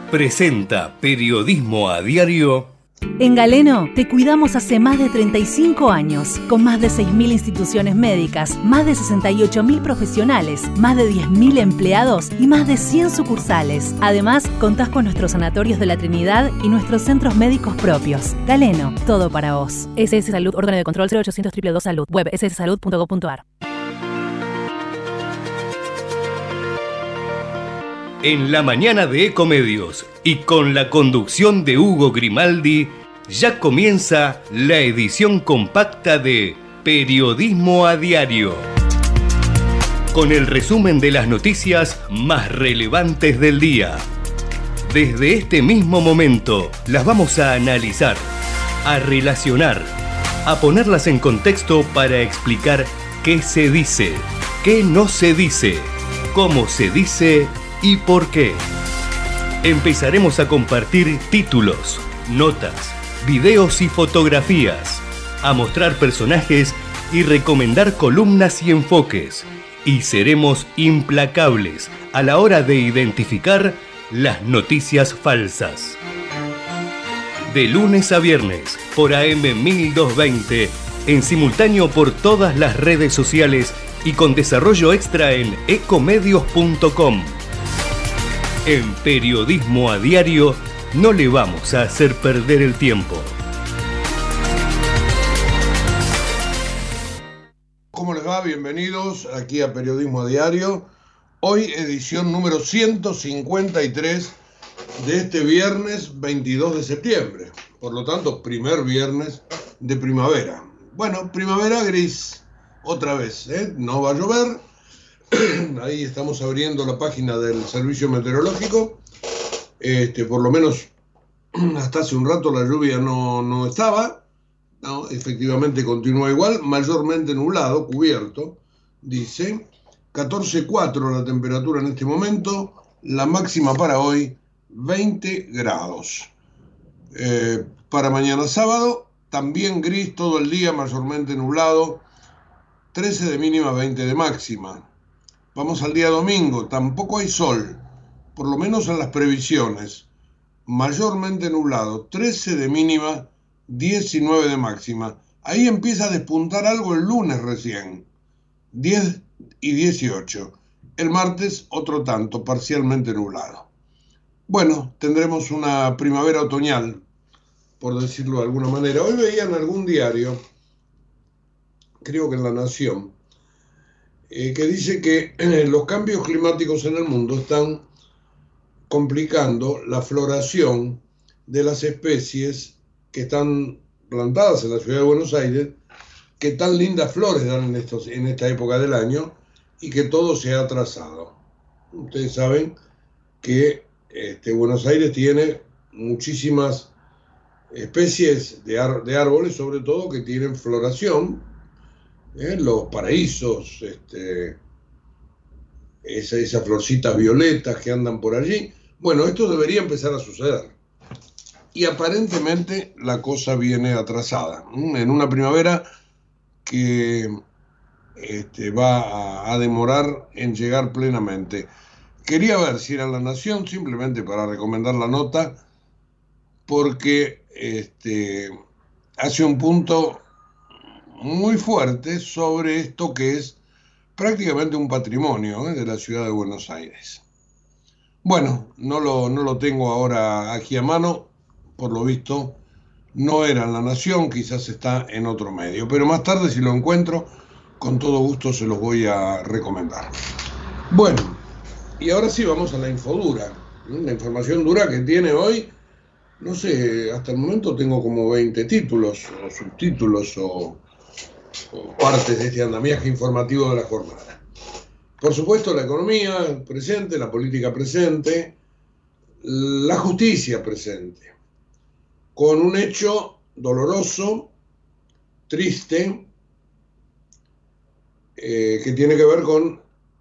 presenta Periodismo a Diario. En Galeno te cuidamos hace más de 35 años, con más de 6.000 instituciones médicas, más de 68.000 profesionales, más de 10.000 empleados y más de 100 sucursales. Además, contás con nuestros sanatorios de la Trinidad y nuestros centros médicos propios. Galeno, todo para vos. SS Salud, órgano de control 0800 222 Salud, web sssalud.gov.ar. En la mañana de Ecomedios y con la conducción de Hugo Grimaldi, ya comienza la edición compacta de Periodismo a Diario, con el resumen de las noticias más relevantes del día. Desde este mismo momento las vamos a analizar, a relacionar, a ponerlas en contexto para explicar qué se dice, qué no se dice, cómo se dice y por qué. Empezaremos a compartir títulos, notas, videos y fotografías, a mostrar personajes y recomendar columnas y enfoques. Y seremos implacables a la hora de identificar las noticias falsas. De lunes a viernes por AM 1220, en simultáneo por todas las redes sociales y con desarrollo extra en ecomedios.com. En Periodismo a Diario no le vamos a hacer perder el tiempo. ¿Cómo les va? Bienvenidos aquí a Periodismo a Diario. Hoy edición número 153 de este viernes 22 de septiembre. Por lo tanto, primer viernes de primavera. Bueno, primavera gris otra vez, ¿eh? No va a llover. Ahí estamos abriendo la página del servicio meteorológico. Por lo menos hasta hace un rato la lluvia no estaba. No, efectivamente continúa igual, mayormente nublado, cubierto, dice. 14,4 la temperatura en este momento, la máxima para hoy 20 grados. Para mañana sábado, también gris todo el día, mayormente nublado, 13 de mínima, 20 de máxima. Vamos al día domingo, tampoco hay sol, por lo menos en las previsiones. Mayormente nublado, 13 de mínima, 19 de máxima. Ahí empieza a despuntar algo el lunes recién, 10 y 18. El martes otro tanto, parcialmente nublado. Bueno, tendremos una primavera otoñal, por decirlo de alguna manera. Hoy veía en algún diario, creo que en La Nación, que dice que los cambios climáticos en el mundo están complicando la floración de las especies que están plantadas en la ciudad de Buenos Aires, que tan lindas flores dan en esta época del año y que todo se ha atrasado. Ustedes saben que Buenos Aires tiene muchísimas especies de árboles, sobre todo, que tienen floración. Los paraísos, esas florcitas violetas que andan por allí. Bueno, esto debería empezar a suceder. Y aparentemente la cosa viene atrasada, en una primavera que va a demorar en llegar plenamente. Quería ver si era La Nación, simplemente para recomendar la nota, porque hace un punto muy fuerte sobre esto que es prácticamente un patrimonio de la ciudad de Buenos Aires. Bueno, no lo tengo ahora aquí a mano, por lo visto no era en La Nación, quizás está en otro medio, pero más tarde si lo encuentro, con todo gusto se los voy a recomendar. Bueno, y ahora sí vamos a la infodura, la información dura que tiene hoy. No sé, hasta el momento tengo como 20 títulos o subtítulos o partes de este andamiaje informativo de la jornada. Por supuesto, la economía presente, la política presente, la justicia presente, con un hecho doloroso, triste, que tiene que ver con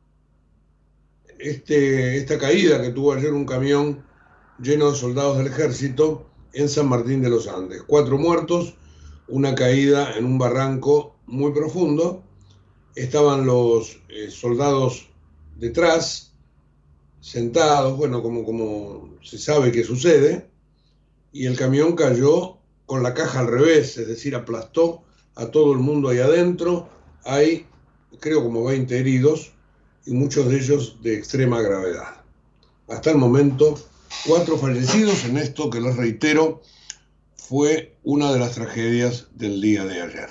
esta caída que tuvo ayer un camión lleno de soldados del ejército en San Martín de los Andes. 4 muertos, una caída en un barranco muy profundo. Estaban los soldados detrás, sentados, bueno, como se sabe que sucede, y el camión cayó con la caja al revés, es decir, aplastó a todo el mundo ahí adentro. Hay, creo, como 20 heridos y muchos de ellos de extrema gravedad. Hasta el momento, 4 fallecidos en esto que, les reitero, fue una de las tragedias del día de ayer.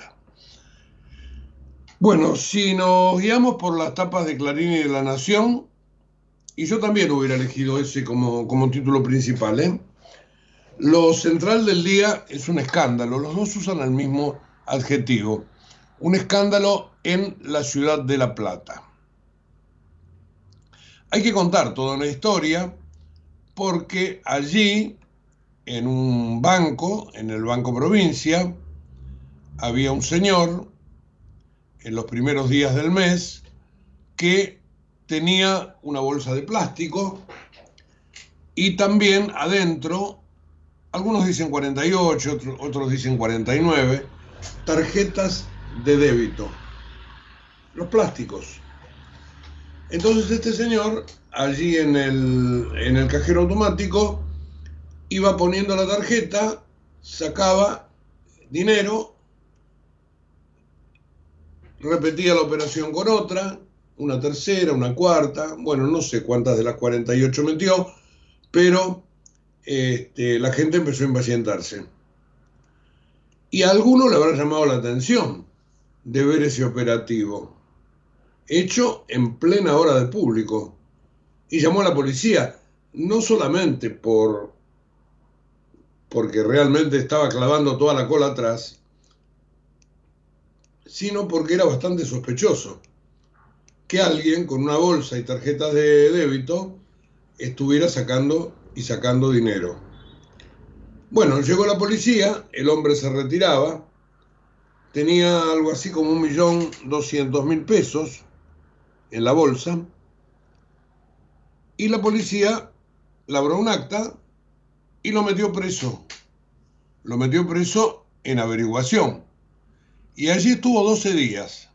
Bueno, si nos guiamos por las tapas de Clarín y de La Nación, y yo también hubiera elegido ese como título principal, ¿eh? Lo central del día es un escándalo, los dos usan el mismo adjetivo, un escándalo en la ciudad de La Plata. Hay que contar toda una historia porque allí, en un banco, en el Banco Provincia, había un señor en los primeros días del mes que tenía una bolsa de plástico y también adentro, algunos dicen 48, otros dicen 49, tarjetas de débito, los plásticos. Entonces este señor, allí en el cajero automático, iba poniendo la tarjeta, sacaba dinero, repetía la operación con otra, una tercera, una cuarta, bueno, no sé cuántas de las 48 metió, pero la gente empezó a impacientarse. Y a alguno le habrá llamado la atención de ver ese operativo, hecho en plena hora de público, y llamó a la policía, no solamente porque realmente estaba clavando toda la cola atrás, sino porque era bastante sospechoso que alguien con una bolsa y tarjetas de débito estuviera sacando dinero. Bueno, llegó la policía, el hombre se retiraba, tenía algo así como 1.200.000 pesos en la bolsa, y la policía labró un acta y lo metió preso. Lo metió preso en averiguación. Y allí estuvo 12 días.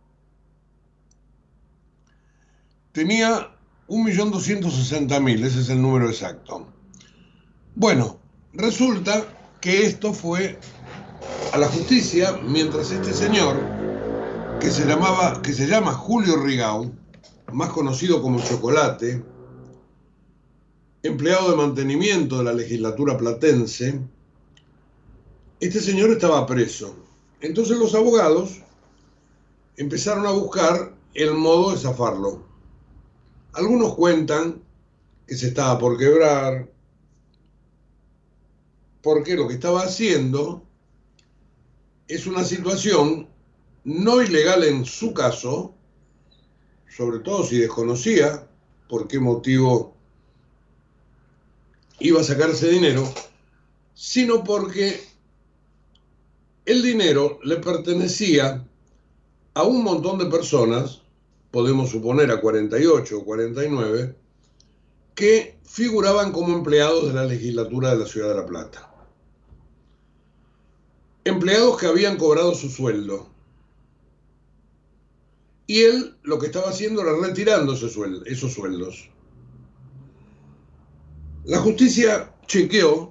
Tenía 1.260.000, ese es el número exacto. Bueno, resulta que esto fue a la justicia mientras este señor, que se llama Julio Rigau, más conocido como Chocolate, empleado de mantenimiento de la legislatura platense, este señor estaba preso. Entonces los abogados empezaron a buscar el modo de zafarlo. Algunos cuentan que se estaba por quebrar, porque lo que estaba haciendo es una situación no ilegal en su caso, sobre todo si desconocía por qué motivo iba a sacarse dinero, sino porque el dinero le pertenecía a un montón de personas, podemos suponer a 48 o 49, que figuraban como empleados de la legislatura de la Ciudad de La Plata. Empleados que habían cobrado su sueldo. Y él lo que estaba haciendo era retirando esos sueldos. La justicia chequeó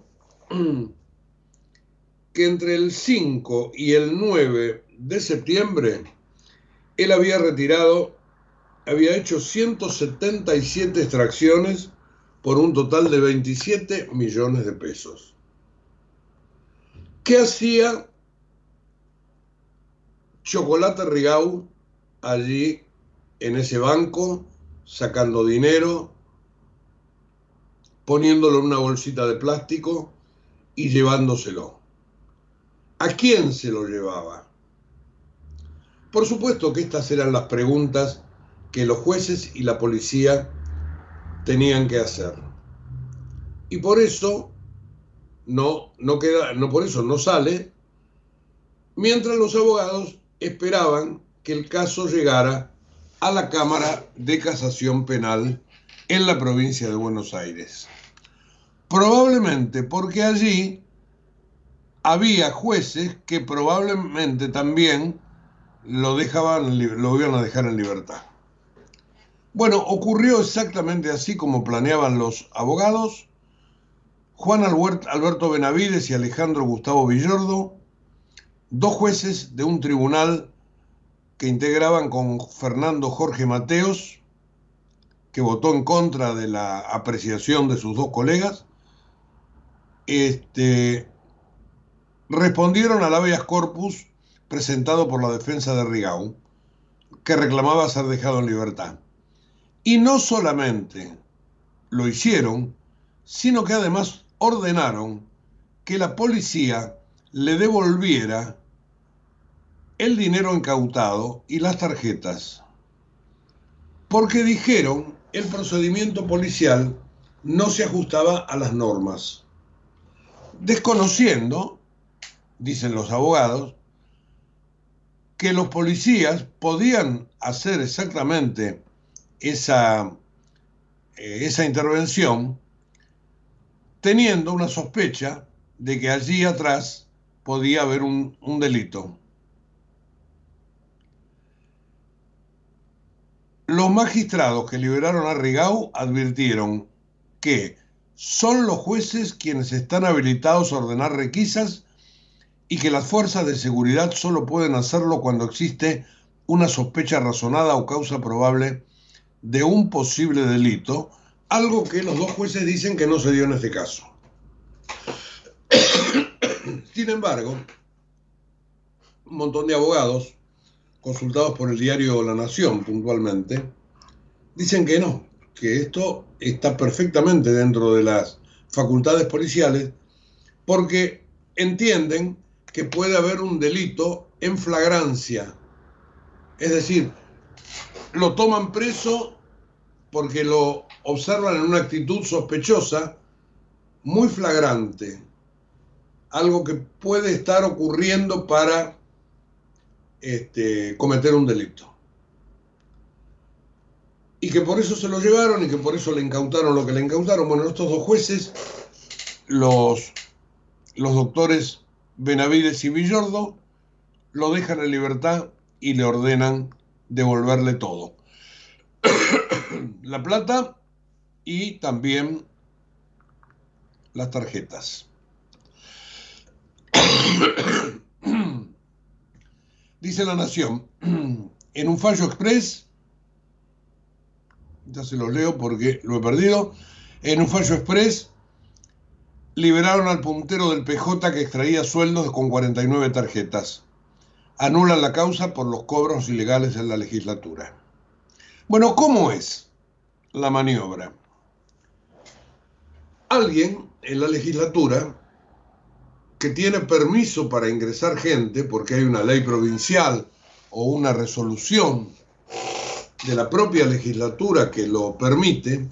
que entre el 5 y el 9 de septiembre él había hecho 177 extracciones por un total de 27 millones de pesos. ¿Qué hacía Chocolate Rigau allí en ese banco, sacando dinero, poniéndolo en una bolsita de plástico y llevándoselo? ¿A quién se lo llevaba? Por supuesto que estas eran las preguntas que los jueces y la policía tenían que hacer. Y por eso no sale, mientras los abogados esperaban que el caso llegara a la Cámara de Casación Penal en la provincia de Buenos Aires. Probablemente porque allí había jueces que probablemente también lo iban a dejar en libertad. Bueno, ocurrió exactamente así como planeaban los abogados. Juan Alberto Benavides y Alejandro Gustavo Villordo, dos jueces de un tribunal que integraban con Fernando Jorge Mateos, que votó en contra de la apreciación de sus dos colegas, respondieron al habeas corpus presentado por la defensa de Rigau, que reclamaba ser dejado en libertad. Y no solamente lo hicieron, sino que además ordenaron que la policía le devolviera el dinero incautado y las tarjetas, porque dijeron el procedimiento policial no se ajustaba a las normas, desconociendo, dicen los abogados, que los policías podían hacer exactamente esa intervención teniendo una sospecha de que allí atrás podía haber un delito. Los magistrados que liberaron a Rigau advirtieron que son los jueces quienes están habilitados a ordenar requisas y que las fuerzas de seguridad solo pueden hacerlo cuando existe una sospecha razonada o causa probable de un posible delito, algo que los dos jueces dicen que no se dio en este caso. Sin embargo, un montón de abogados, consultados por el diario La Nación puntualmente, dicen que no, que esto está perfectamente dentro de las facultades policiales, porque entienden que puede haber un delito en flagrancia. Es decir, lo toman preso porque lo observan en una actitud sospechosa, muy flagrante, algo que puede estar ocurriendo para cometer un delito. Y que por eso se lo llevaron y que por eso le incautaron lo que le incautaron. Bueno, estos dos jueces, los doctores Benavides y Villordo, lo dejan en libertad y le ordenan devolverle todo. La plata y también las tarjetas. Dice La Nación, en un fallo express, ya se los leo porque lo he perdido, en un fallo express liberaron al puntero del PJ que extraía sueldos con 49 tarjetas. Anulan la causa por los cobros ilegales en la legislatura. Bueno, ¿cómo es la maniobra? Alguien en la legislatura que tiene permiso para ingresar gente, porque hay una ley provincial o una resolución de la propia legislatura que lo permite,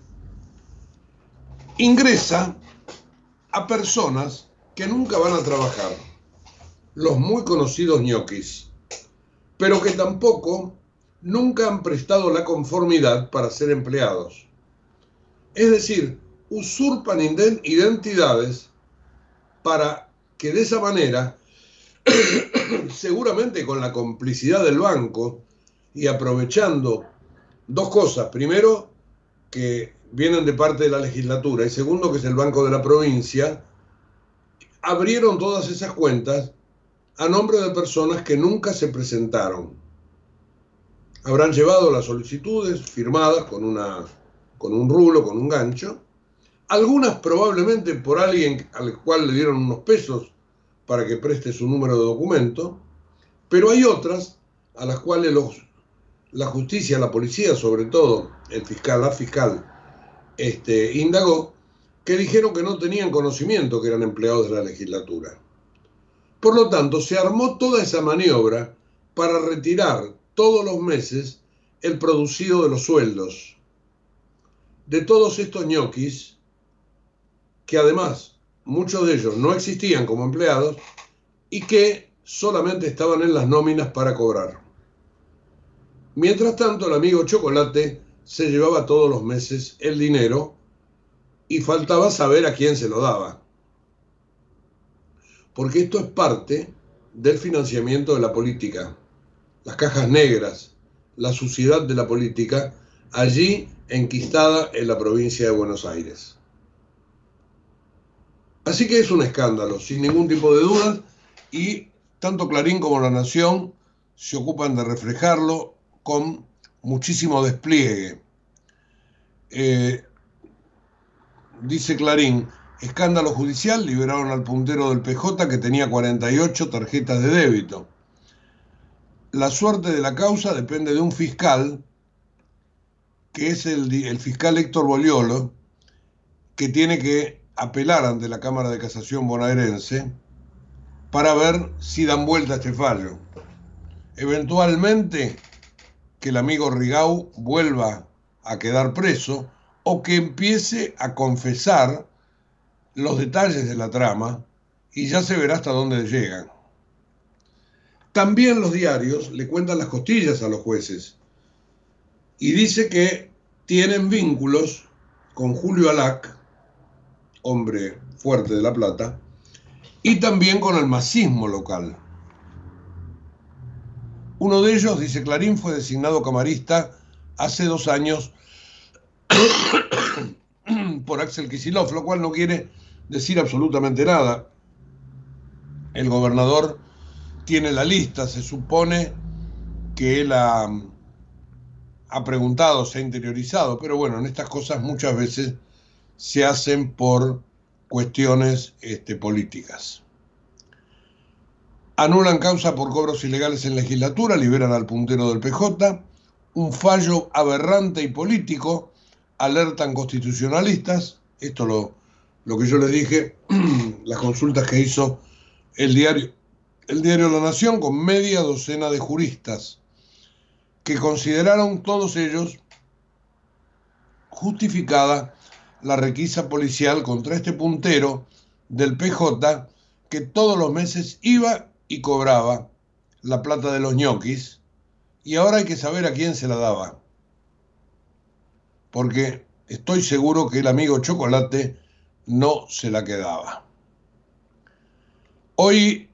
ingresa a personas que nunca van a trabajar, los muy conocidos ñoquis, pero que tampoco nunca han prestado la conformidad para ser empleados. Es decir, usurpan identidades para que de esa manera, seguramente con la complicidad del banco y aprovechando dos cosas. Primero, que vienen de parte de la legislatura, y segundo, que es el Banco de la Provincia, abrieron todas esas cuentas a nombre de personas que nunca se presentaron. Habrán llevado las solicitudes firmadas con un rulo, con un gancho, algunas probablemente por alguien al cual le dieron unos pesos para que preste su número de documento, pero hay otras a las cuales la justicia, la policía, sobre todo la fiscal, indagó, que dijeron que no tenían conocimiento que eran empleados de la legislatura. Por lo tanto, se armó toda esa maniobra para retirar todos los meses el producido de los sueldos de todos estos ñoquis, que además muchos de ellos no existían como empleados y que solamente estaban en las nóminas para cobrar. Mientras tanto, el amigo Chocolate se llevaba todos los meses el dinero y faltaba saber a quién se lo daba. Porque esto es parte del financiamiento de la política. Las cajas negras, la suciedad de la política allí enquistada en la provincia de Buenos Aires. Así que es un escándalo, sin ningún tipo de dudas, y tanto Clarín como La Nación se ocupan de reflejarlo con muchísimo despliegue. Dice Clarín, escándalo judicial, liberaron al puntero del PJ que tenía 48 tarjetas de débito. La suerte de la causa depende de un fiscal, que es el fiscal Héctor Boliolo, que tiene que apelar ante la Cámara de Casación bonaerense para ver si dan vuelta a este fallo. Eventualmente, que el amigo Rigau vuelva a quedar preso o que empiece a confesar los detalles de la trama y ya se verá hasta dónde llegan. También los diarios le cuentan las costillas a los jueces y dice que tienen vínculos con Julio Alac, hombre fuerte de La Plata, y también con el masismo local. Uno de ellos, dice Clarín, fue designado camarista hace 2 años por Axel Kicillof, lo cual no quiere decir absolutamente nada. El gobernador tiene la lista, se supone que él ha preguntado, se ha interiorizado, pero bueno, en estas cosas muchas veces se hacen por cuestiones políticas. Anulan causa por cobros ilegales en legislatura, liberan al puntero del PJ, un fallo aberrante y político, alertan constitucionalistas, esto lo que yo les dije, las consultas que hizo el diario La Nación con media docena de juristas, que consideraron todos ellos justificada la requisa policial contra este puntero del PJ que todos los meses iba y cobraba la plata de los ñoquis, y ahora hay que saber a quién se la daba, porque estoy seguro que el amigo Chocolate no se la quedaba. Hoy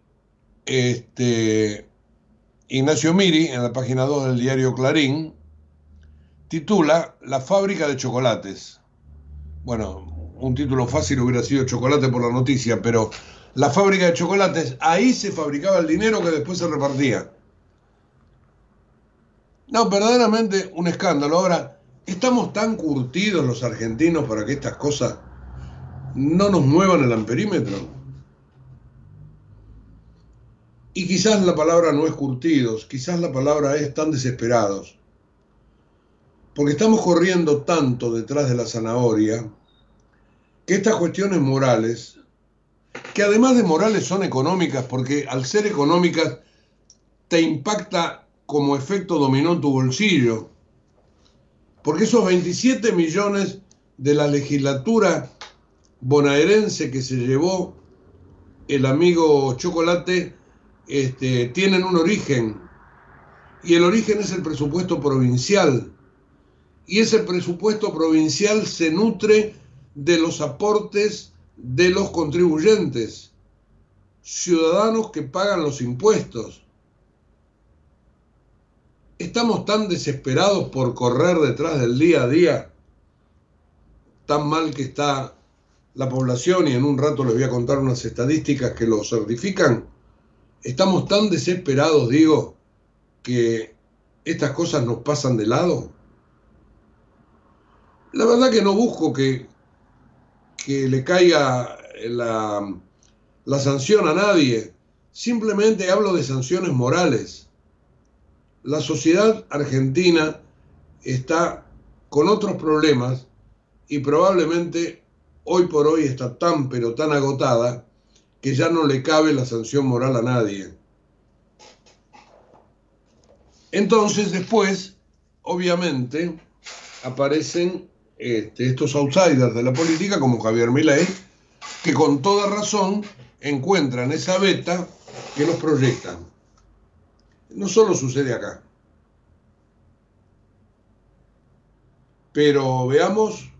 Ignacio Miri, en la página 2 del diario Clarín, titula La fábrica de chocolates. Bueno, un título fácil hubiera sido Chocolate por la noticia, pero la fábrica de chocolates, ahí se fabricaba el dinero que después se repartía. No, verdaderamente un escándalo. Ahora, ¿estamos tan curtidos los argentinos para que estas cosas no nos muevan el amperímetro? Y quizás la palabra no es curtidos, quizás la palabra es tan desesperados. Porque estamos corriendo tanto detrás de la zanahoria que estas cuestiones morales, que además de morales son económicas, porque al ser económicas te impacta como efecto dominó en tu bolsillo, porque esos 27 millones de la legislatura bonaerense que se llevó el amigo Chocolate tienen un origen, y el origen es el presupuesto provincial, y ese presupuesto provincial se nutre de los aportes de los contribuyentes, ciudadanos que pagan los impuestos. Estamos tan desesperados por correr detrás del día a día, tan mal que está la población, y en un rato les voy a contar unas estadísticas que lo certifican. Estamos tan desesperados, digo, que estas cosas nos pasan de lado. La verdad que no busco que le caiga la sanción a nadie, simplemente hablo de sanciones morales. La sociedad argentina está con otros problemas y probablemente hoy por hoy está tan pero tan agotada que ya no le cabe la sanción moral a nadie. Entonces después, obviamente, aparecen estos outsiders de la política como Javier Milei, que con toda razón encuentran esa beta que los proyectan. No solo sucede acá. Pero veamos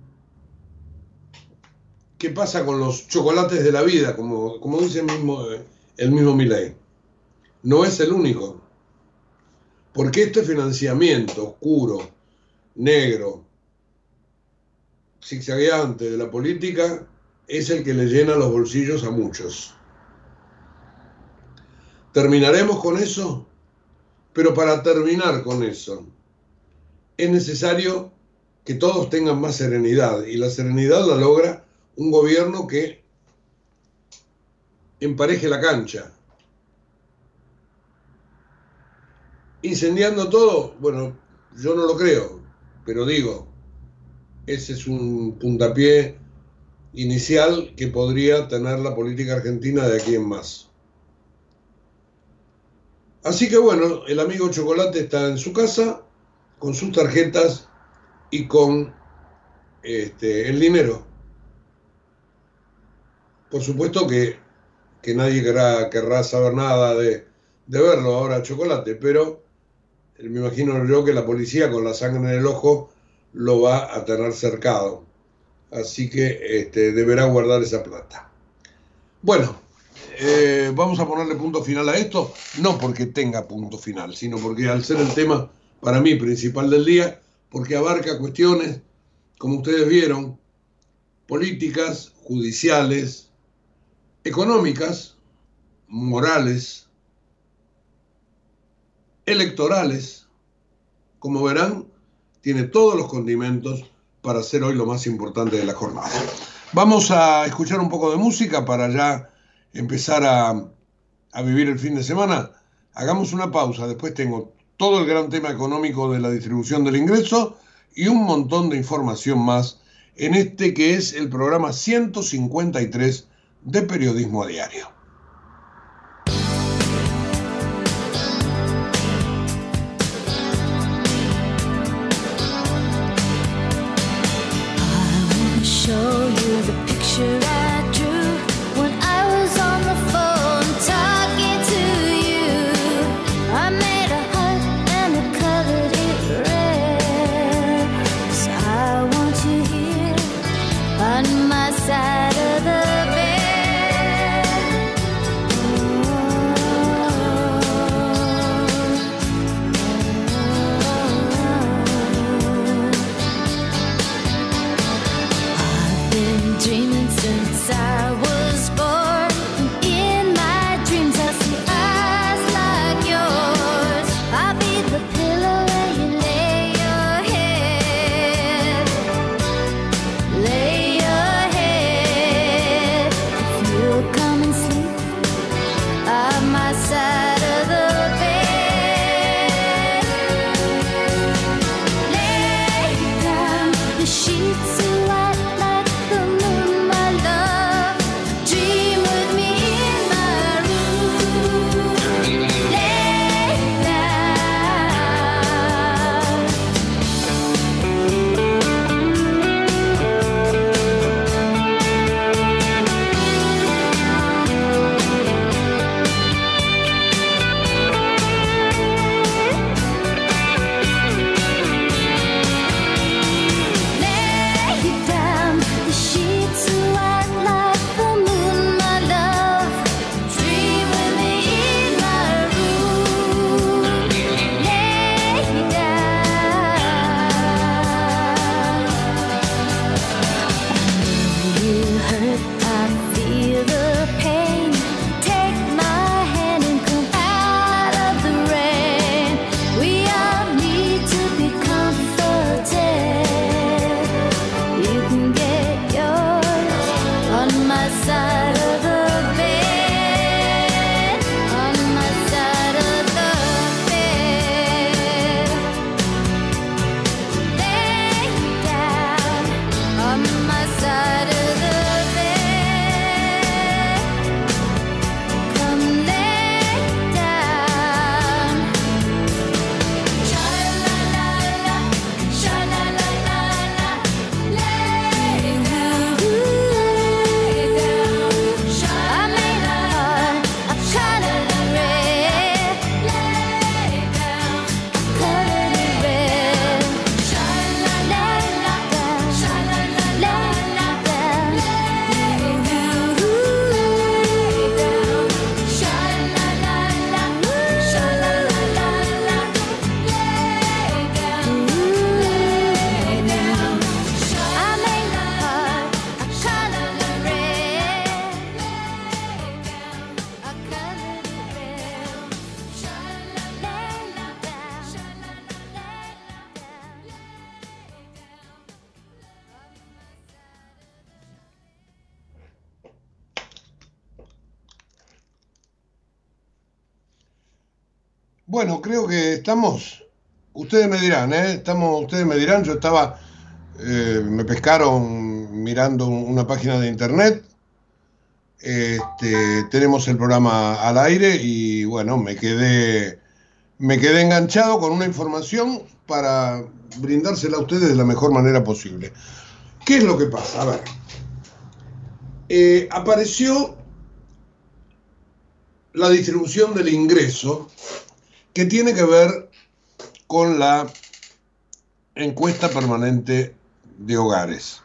qué pasa con los chocolates de la vida, como dice el mismo Milei. No es el único. Porque este financiamiento oscuro negro, zigzagueante de la política es el que le llena los bolsillos a muchos. ¿Terminaremos con eso? Pero para terminar con eso, es necesario que todos tengan más serenidad, y la serenidad la logra un gobierno que empareje la cancha. Incendiando todo, bueno, yo no lo creo, pero digo, ese es un puntapié inicial que podría tener la política argentina de aquí en más. Así que bueno, el amigo Chocolate está en su casa con sus tarjetas y con el dinero. Por supuesto que nadie querrá saber nada de verlo ahora, Chocolate, pero me imagino yo que la policía con la sangre en el ojo lo va a tener cercado. Así que deberá guardar esa plata. Bueno, vamos a ponerle punto final a esto, no porque tenga punto final, sino porque al ser el tema para mí principal del día, porque abarca cuestiones, como ustedes vieron, políticas, judiciales, económicas, morales, electorales. Como verán, tiene todos los condimentos para ser hoy lo más importante de la jornada. Vamos a escuchar un poco de música para ya empezar a vivir el fin de semana. Hagamos una pausa, después tengo todo el gran tema económico de la distribución del ingreso y un montón de información más en este que es el programa 153 de Periodismo a Diario. Show you the picture I drew when I was on the phone talking to you. I made a heart and I colored it red. So I want you here on my side of the bed. Dreaming since I was born. In my dreams I see eyes like yours. I'll be the pillow where you lay your head. Lay your head. If you'll come and sleep at my side of the bed. Lay down, the sheets are white like the moon, my love. Dream with me in my room. Lay down. Lay Bueno, creo que estamos, ustedes me dirán, ustedes me dirán, yo estaba, me pescaron mirando una página de internet, tenemos el programa al aire y bueno, me quedé enganchado con una información para brindársela a ustedes de la mejor manera posible. ¿Qué es lo que pasa? A ver, apareció la distribución del ingreso que tiene que ver con la encuesta permanente de hogares.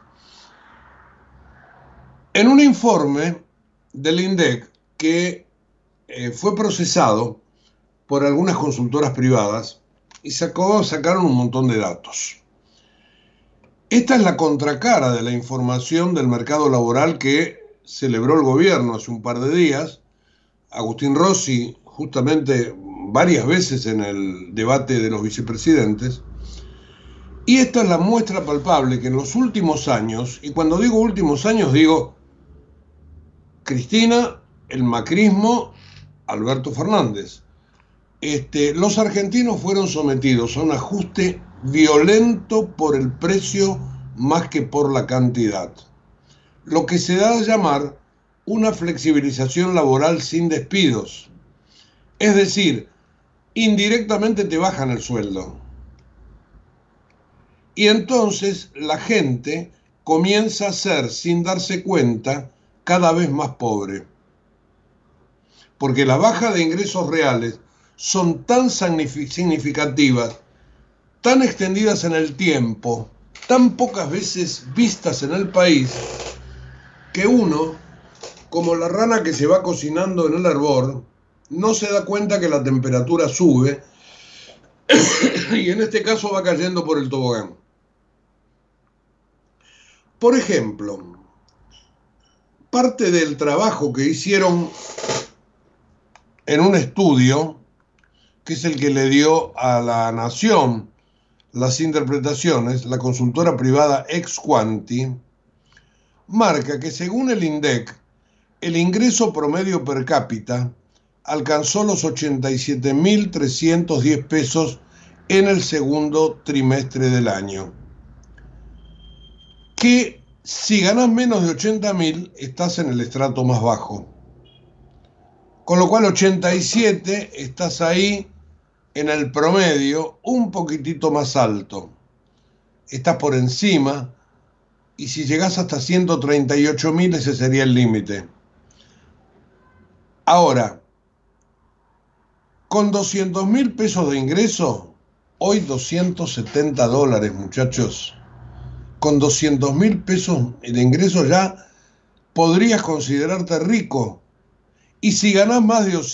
En un informe del INDEC que fue procesado por algunas consultoras privadas y sacaron un montón de datos. Esta es la contracara de la información del mercado laboral que celebró el gobierno hace un par de días. Agustín Rossi, justamente varias veces en el debate de los vicepresidentes. Y esta es la muestra palpable que en los últimos años, y cuando digo últimos años digo Cristina, el macrismo, Alberto Fernández. Los argentinos fueron sometidos a un ajuste violento por el precio más que por la cantidad. Lo que se da a llamar una flexibilización laboral sin despidos. Es decir, indirectamente te bajan el sueldo. Y entonces la gente comienza a ser, sin darse cuenta, cada vez más pobre. Porque la baja de ingresos reales son tan significativas, tan extendidas en el tiempo, tan pocas veces vistas en el país, que uno, como la rana que se va cocinando en el hervor, no se da cuenta que la temperatura sube y en este caso va cayendo por el tobogán. Por ejemplo, parte del trabajo que hicieron en un estudio, que es el que le dio a La Nación las interpretaciones, la consultora privada Exquanti, marca que según el INDEC, el ingreso promedio per cápita alcanzó los 87.310 pesos en el segundo trimestre del año. Que si ganás menos de 80.000, estás en el estrato más bajo. Con lo cual 87 estás ahí en el promedio un poquitito más alto. Estás por encima y si llegás hasta 138.000 ese sería el límite. Ahora, con 200.000 pesos de ingreso, hoy $270, muchachos. Con 200.000 pesos de ingreso ya podrías considerarte rico. Y si ganás más de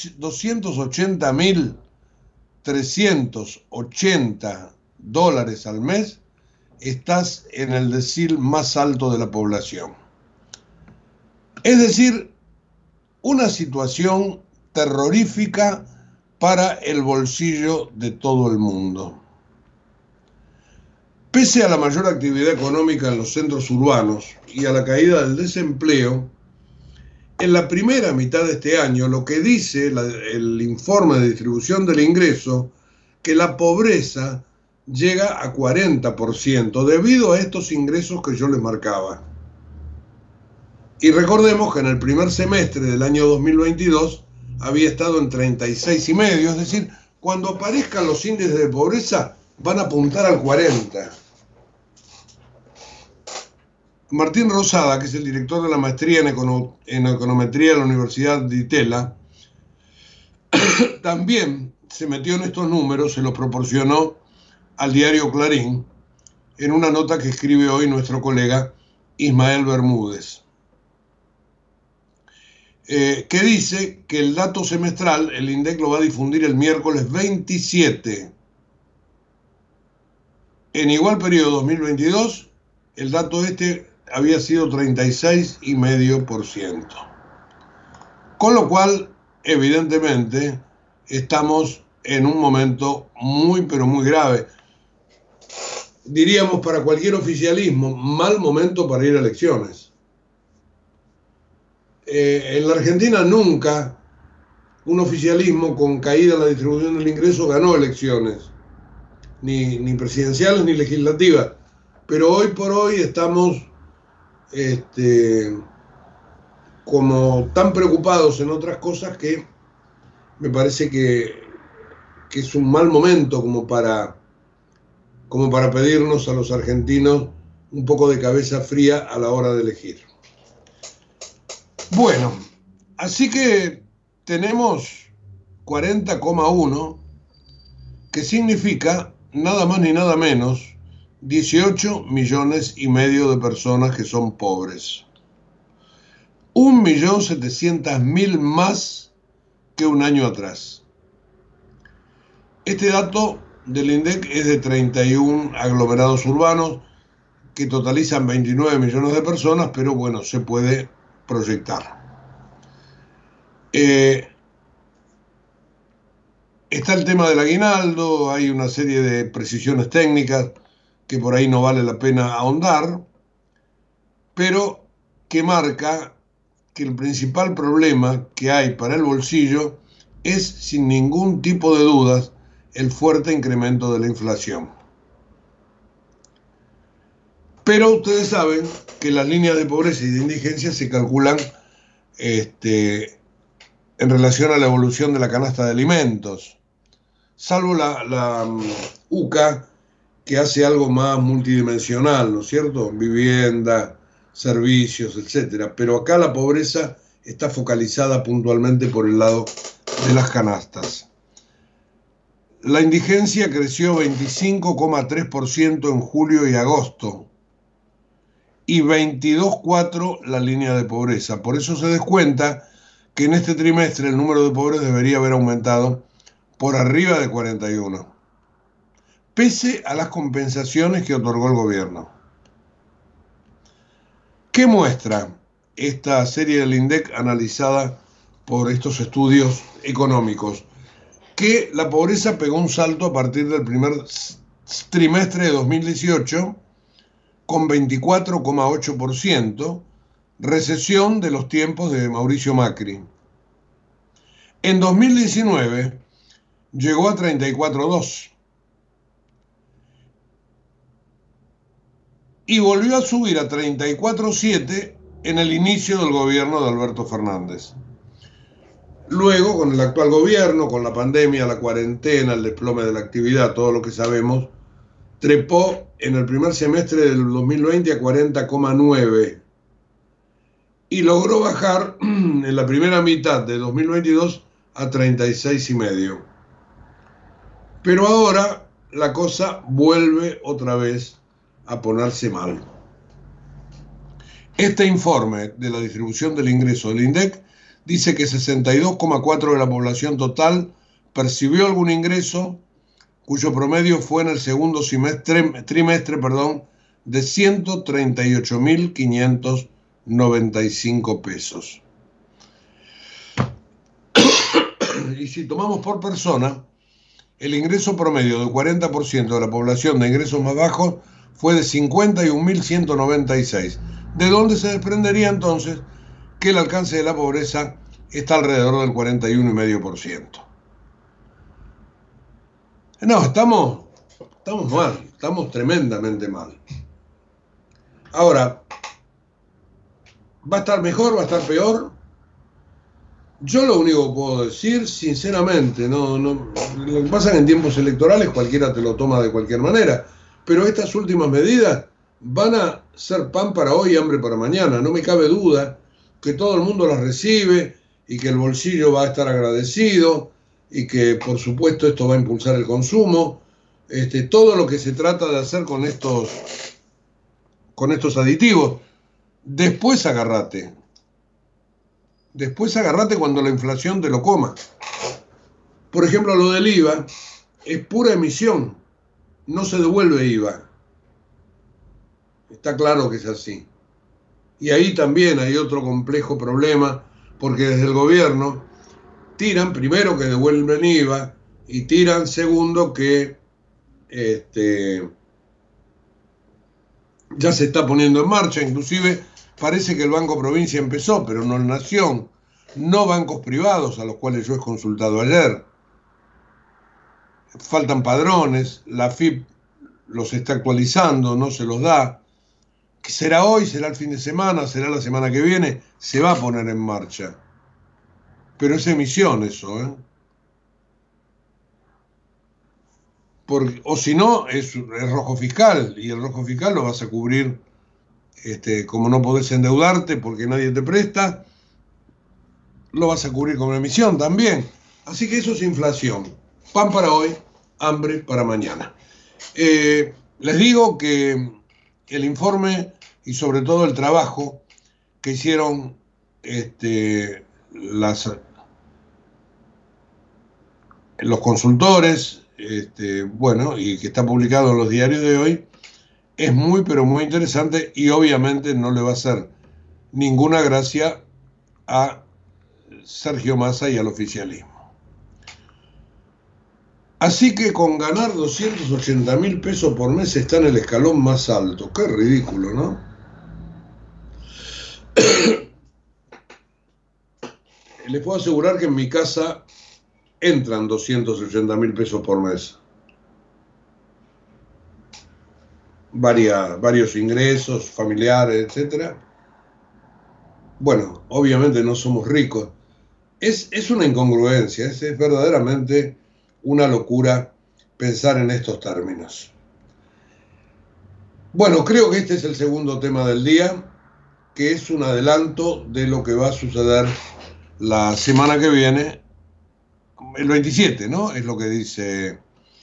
280.380 dólares al mes, estás en el decil más alto de la población. Es decir, una situación terrorífica para el bolsillo de todo el mundo. Pese a la mayor actividad económica en los centros urbanos y a la caída del desempleo, en la primera mitad de este año, lo que dice el informe de distribución del ingreso, que la pobreza llega a 40% debido a estos ingresos que yo les marcaba. Y recordemos que en el primer semestre del año 2022 había estado en 36,5, es decir, cuando aparezcan los índices de pobreza van a apuntar al 40. Martín Rosada, que es el director de la maestría en econometría de la Universidad de Itela, también se metió en estos números, se los proporcionó al diario Clarín en una nota que escribe hoy nuestro colega Ismael Bermúdez, que dice que el dato semestral el INDEC lo va a difundir el miércoles 27. En igual periodo 2022, el dato había sido 36,5%. Con lo cual, evidentemente, estamos en un momento muy, pero muy grave. Diríamos para cualquier oficialismo, mal momento para ir a elecciones. En la Argentina nunca un oficialismo con caída en la distribución del ingreso ganó elecciones, ni presidenciales ni legislativas, pero hoy por hoy estamos como tan preocupados en otras cosas que me parece que es un mal momento como para pedirnos a los argentinos un poco de cabeza fría a la hora de elegir. Bueno, así que tenemos 40,1, que significa nada más ni nada menos 18 millones y medio de personas que son pobres. 1.700.000 más que un año atrás. Este dato del INDEC es de 31 aglomerados urbanos que totalizan 29 millones de personas, pero bueno, se puede proyectar. Está el tema del aguinaldo, hay una serie de precisiones técnicas que por ahí no vale la pena ahondar, pero que marca que el principal problema que hay para el bolsillo es, sin ningún tipo de dudas, el fuerte incremento de la inflación. Pero ustedes saben que las líneas de pobreza y de indigencia se calculan en relación a la evolución de la canasta de alimentos, salvo la UCA, que hace algo más multidimensional, ¿no es cierto? Vivienda, servicios, etcétera. Pero acá la pobreza está focalizada puntualmente por el lado de las canastas. La indigencia creció 25,3% en julio y agosto y 22,4% la línea de pobreza. Por eso se descuenta que en este trimestre el número de pobres debería haber aumentado por arriba de 41, pese a las compensaciones que otorgó el gobierno. ¿Qué muestra esta serie del INDEC analizada por estos estudios económicos? Que la pobreza pegó un salto a partir del primer trimestre de 2018 con 24,8%, recesión de los tiempos de Mauricio Macri. En 2019 llegó a 34,2% y volvió a subir a 34,7% en el inicio del gobierno de Alberto Fernández. Luego, con el actual gobierno, con la pandemia, la cuarentena, el desplome de la actividad, todo lo que sabemos, trepó en el primer semestre del 2020 a 40,9% y logró bajar en la primera mitad de 2022 a 36,5%. Pero ahora la cosa vuelve otra vez a ponerse mal. Este informe de la distribución del ingreso del INDEC dice que 62,4% de la población total percibió algún ingreso, cuyo promedio fue en el segundo trimestre de 138.595 pesos. Y si tomamos por persona, el ingreso promedio del 40% de la población de ingresos más bajos fue de 51.196, de donde se desprendería entonces que el alcance de la pobreza está alrededor del 41,5%. No, estamos mal, estamos tremendamente mal. Ahora, ¿va a estar mejor, va a estar peor? Yo lo único que puedo decir, sinceramente, lo que pasa es que en tiempos electorales cualquiera te lo toma de cualquier manera, pero estas últimas medidas van a ser pan para hoy y hambre para mañana. No me cabe duda que todo el mundo las recibe y que el bolsillo va a estar agradecido y que por supuesto esto va a impulsar el consumo. Todo lo que se trata de hacer con estos aditivos. Después agarrate cuando la inflación te lo coma. Por ejemplo, lo del IVA es pura emisión, no se devuelve IVA. Está claro que es así. Y ahí también hay otro complejo problema, porque desde el gobierno tiran primero que devuelven IVA y tiran segundo que ya se está poniendo en marcha. Inclusive parece que el Banco Provincia empezó, pero no el Nación, no bancos privados a los cuales yo he consultado ayer. Faltan padrones, la AFIP los está actualizando, no se los da. ¿Será hoy? ¿Será el fin de semana? ¿Será la semana que viene? Se va a poner en marcha. Pero es emisión eso, ¿eh? Porque, o si no, es rojo fiscal, y el rojo fiscal lo vas a cubrir, como no podés endeudarte porque nadie te presta, lo vas a cubrir con emisión también. Así que eso es inflación. Pan para hoy, hambre para mañana. Les digo que el informe y sobre todo el trabajo que hicieron los consultores, y que está publicado en los diarios de hoy, es muy pero muy interesante y obviamente no le va a hacer ninguna gracia a Sergio Massa y al oficialismo. Así que con ganar 280.000 pesos por mes está en el escalón más alto. Qué ridículo, ¿no? Les puedo asegurar que en mi casa entran 280.000 pesos por mes. Varios ingresos familiares, etc. Bueno, obviamente no somos ricos. Es una incongruencia, es verdaderamente una locura pensar en estos términos. Bueno, creo que este es el segundo tema del día, que es un adelanto de lo que va a suceder la semana que viene, el 27, ¿no? Es lo que dice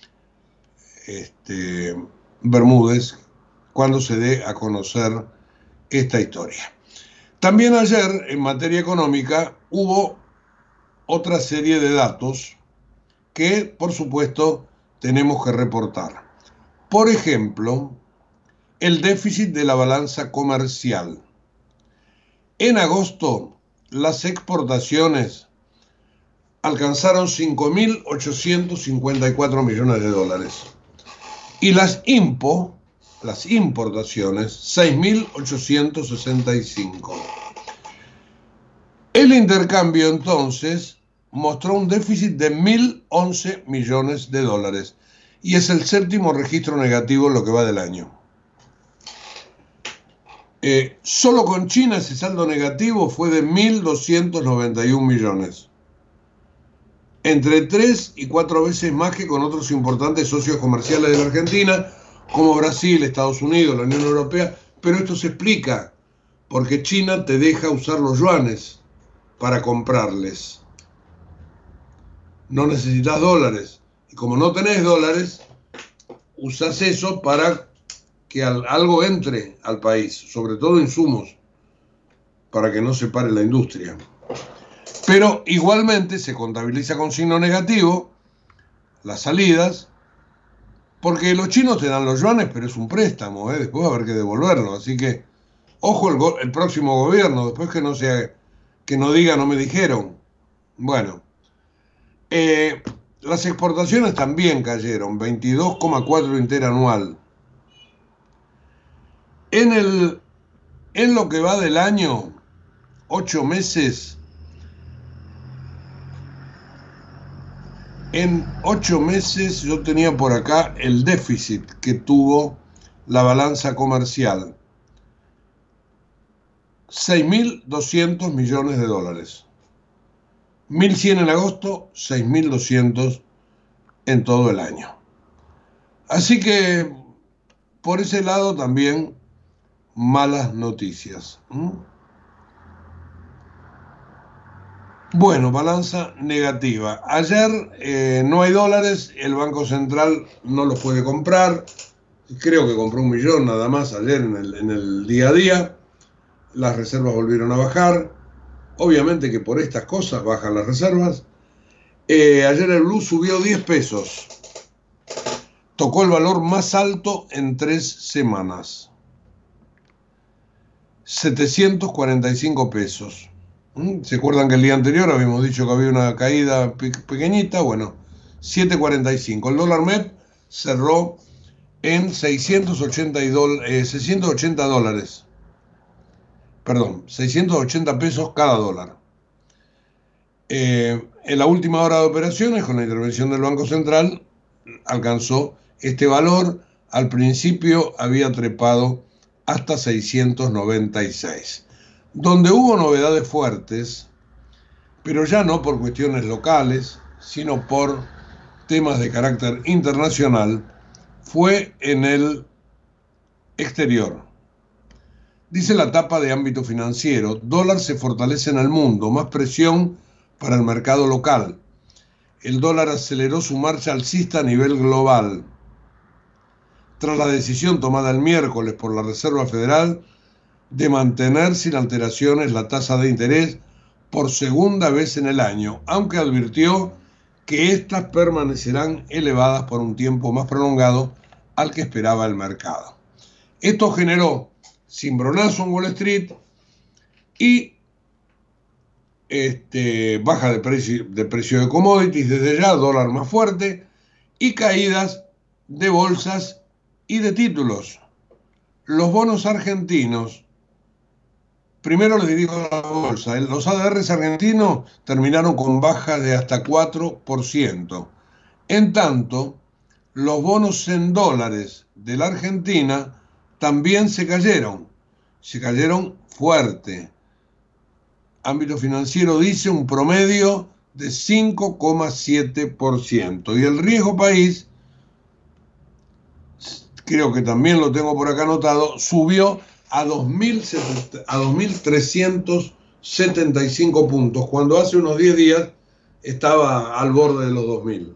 Bermúdez cuando se dé a conocer esta historia. También ayer, en materia económica, hubo otra serie de datos que, por supuesto, tenemos que reportar. Por ejemplo, el déficit de la balanza comercial. En agosto, las exportaciones alcanzaron 5.854 millones de dólares y las importaciones 6.865. El intercambio entonces mostró un déficit de 1.011 millones de dólares y es el séptimo registro negativo en lo que va del año. Solo con China ese saldo negativo fue de 1.291 millones. Entre 3 y 4 veces más que con otros importantes socios comerciales de la Argentina, como Brasil, Estados Unidos, la Unión Europea, pero esto se explica porque China te deja usar los yuanes para comprarles. No necesitas dólares. Y como no tenés dólares, usás eso para que algo entre al país, sobre todo insumos, para que no se pare la industria. Pero igualmente se contabiliza con signo negativo las salidas, porque los chinos te dan los yuanes, pero es un préstamo, después va a haber que devolverlo. Así que, ojo el próximo gobierno, después que no diga no me dijeron. Bueno, las exportaciones también cayeron, 22,4 interanual. En lo que va del año, 8 meses, en 8 meses yo tenía por acá el déficit que tuvo la balanza comercial. 6.200 millones de dólares. 1.100 en agosto, 6.200 en todo el año. Así que, por ese lado también, malas noticias. Bueno, balanza negativa. Ayer no hay dólares, el Banco Central no los puede comprar. Creo que compró 1 millón nada más ayer en el día a día. Las reservas volvieron a bajar. Obviamente que por estas cosas bajan las reservas. Ayer el blue subió 10 pesos. Tocó el valor más alto en 3 semanas. 745 pesos. ¿Se acuerdan que el día anterior habíamos dicho que había una caída pequeñita? Bueno, 7.45. El dólar MEP cerró en 680 dólares. Perdón, 680 pesos cada dólar. En la última hora de operaciones, con la intervención del Banco Central, alcanzó este valor. Al principio había trepado hasta 696. Donde hubo novedades fuertes, pero ya no por cuestiones locales, sino por temas de carácter internacional, fue en el exterior. Dice la tapa de Ámbito Financiero: dólar se fortalece en el mundo, más presión para el mercado local. El dólar aceleró su marcha alcista a nivel global. Tras la decisión tomada el miércoles por la Reserva Federal de mantener sin alteraciones la tasa de interés por segunda vez en el año, aunque advirtió que éstas permanecerán elevadas por un tiempo más prolongado al que esperaba el mercado. Esto generó cimbronazo en Wall Street y baja de precio de commodities desde ya, dólar más fuerte, y caídas de bolsas y de títulos. Los bonos argentinos, primero les digo la bolsa, los ADRs argentinos terminaron con bajas de hasta 4%. En tanto, los bonos en dólares de la Argentina también se cayeron fuerte. Ámbito Financiero dice un promedio de 5,7%. Y el riesgo país, creo que también lo tengo por acá anotado, subió a 2.375 puntos, cuando hace unos 10 días estaba al borde de los 2.000.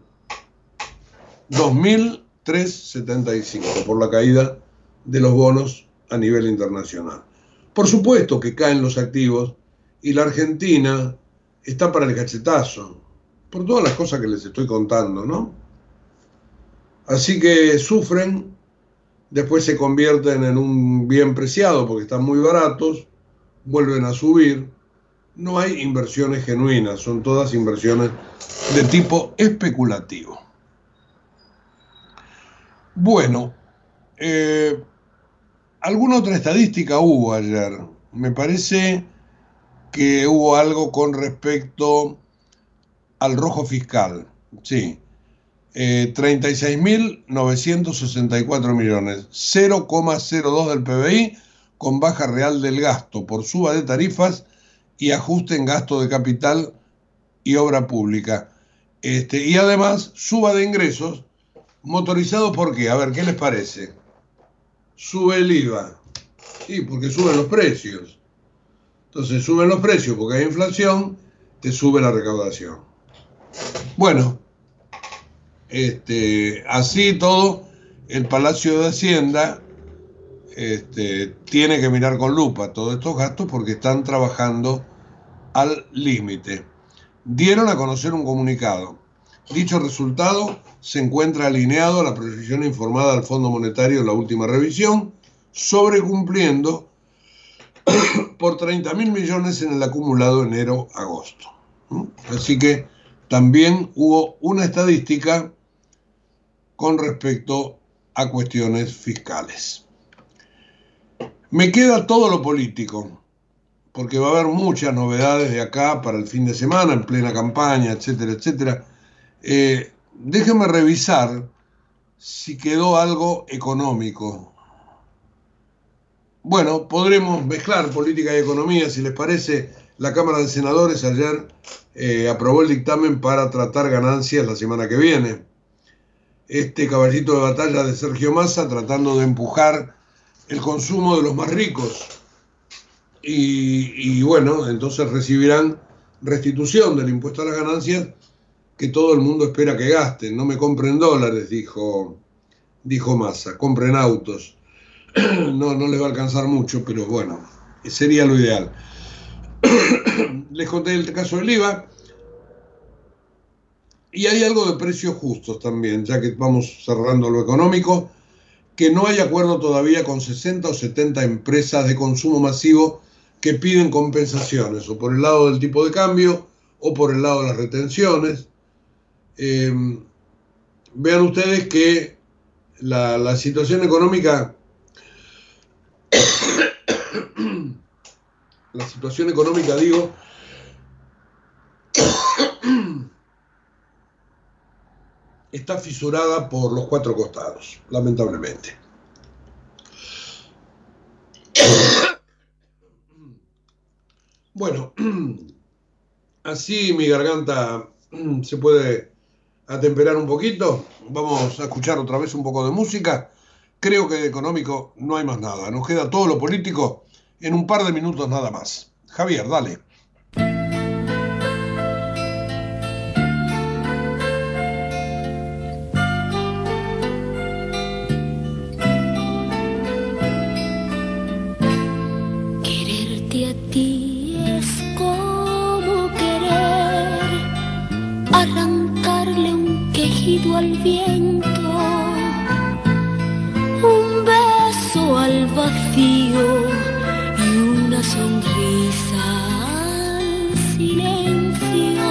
2.375 por la caída de los bonos a nivel internacional. Por supuesto que caen los activos y la Argentina está para el cachetazo, por todas las cosas que les estoy contando, ¿no? Así que sufren, después se convierten en un bien preciado porque están muy baratos, vuelven a subir. No hay inversiones genuinas, son todas inversiones de tipo especulativo. Bueno, ¿alguna otra estadística hubo ayer? Me parece que hubo algo con respecto al rojo fiscal. Sí, 36.964 millones, 0,02 del PBI, con baja real del gasto por suba de tarifas y ajuste en gasto de capital y obra pública. Y además, suba de ingresos, motorizado ¿por qué? A ver, ¿qué les parece? Sube el IVA. Sí, porque suben los precios. Entonces suben los precios porque hay inflación, te sube la recaudación. Bueno, así todo, el Palacio de Hacienda tiene que mirar con lupa todos estos gastos porque están trabajando al límite. Dieron a conocer un comunicado. Dicho resultado se encuentra alineado a la proyección informada al Fondo Monetario en la última revisión, sobrecumpliendo por 30.000 millones en el acumulado enero-agosto. Así que también hubo una estadística con respecto a cuestiones fiscales. Me queda todo lo político, porque va a haber muchas novedades de acá para el fin de semana, en plena campaña, etcétera, etcétera. Déjenme revisar si quedó algo económico. Bueno, podremos mezclar política y economía, si les parece. La Cámara de Senadores ayer aprobó el dictamen para tratar ganancias la semana que viene. Este caballito de batalla de Sergio Massa tratando de empujar el consumo de los más ricos. Y bueno, entonces recibirán restitución del impuesto a las ganancias que todo el mundo espera que gasten. No me compren dólares, dijo Massa, compren autos. No les va a alcanzar mucho, pero bueno, sería lo ideal. Les conté el caso del IVA. Y hay algo de precios justos también, ya que vamos cerrando lo económico, que no hay acuerdo todavía con 60 o 70 empresas de consumo masivo que piden compensaciones, o por el lado del tipo de cambio, o por el lado de las retenciones. Vean ustedes que la situación económica digo, está fisurada por los 4 costados, lamentablemente. Bueno, así mi garganta se puede atemperar un poquito. Vamos a escuchar otra vez un poco de música. Creo que de económico no hay más nada. Nos queda todo lo político en un par de minutos nada más. Javier, dale. Quererte a ti es como querer arrancarle un quejido al viento, un beso al vacío y una sonrisa al silencio.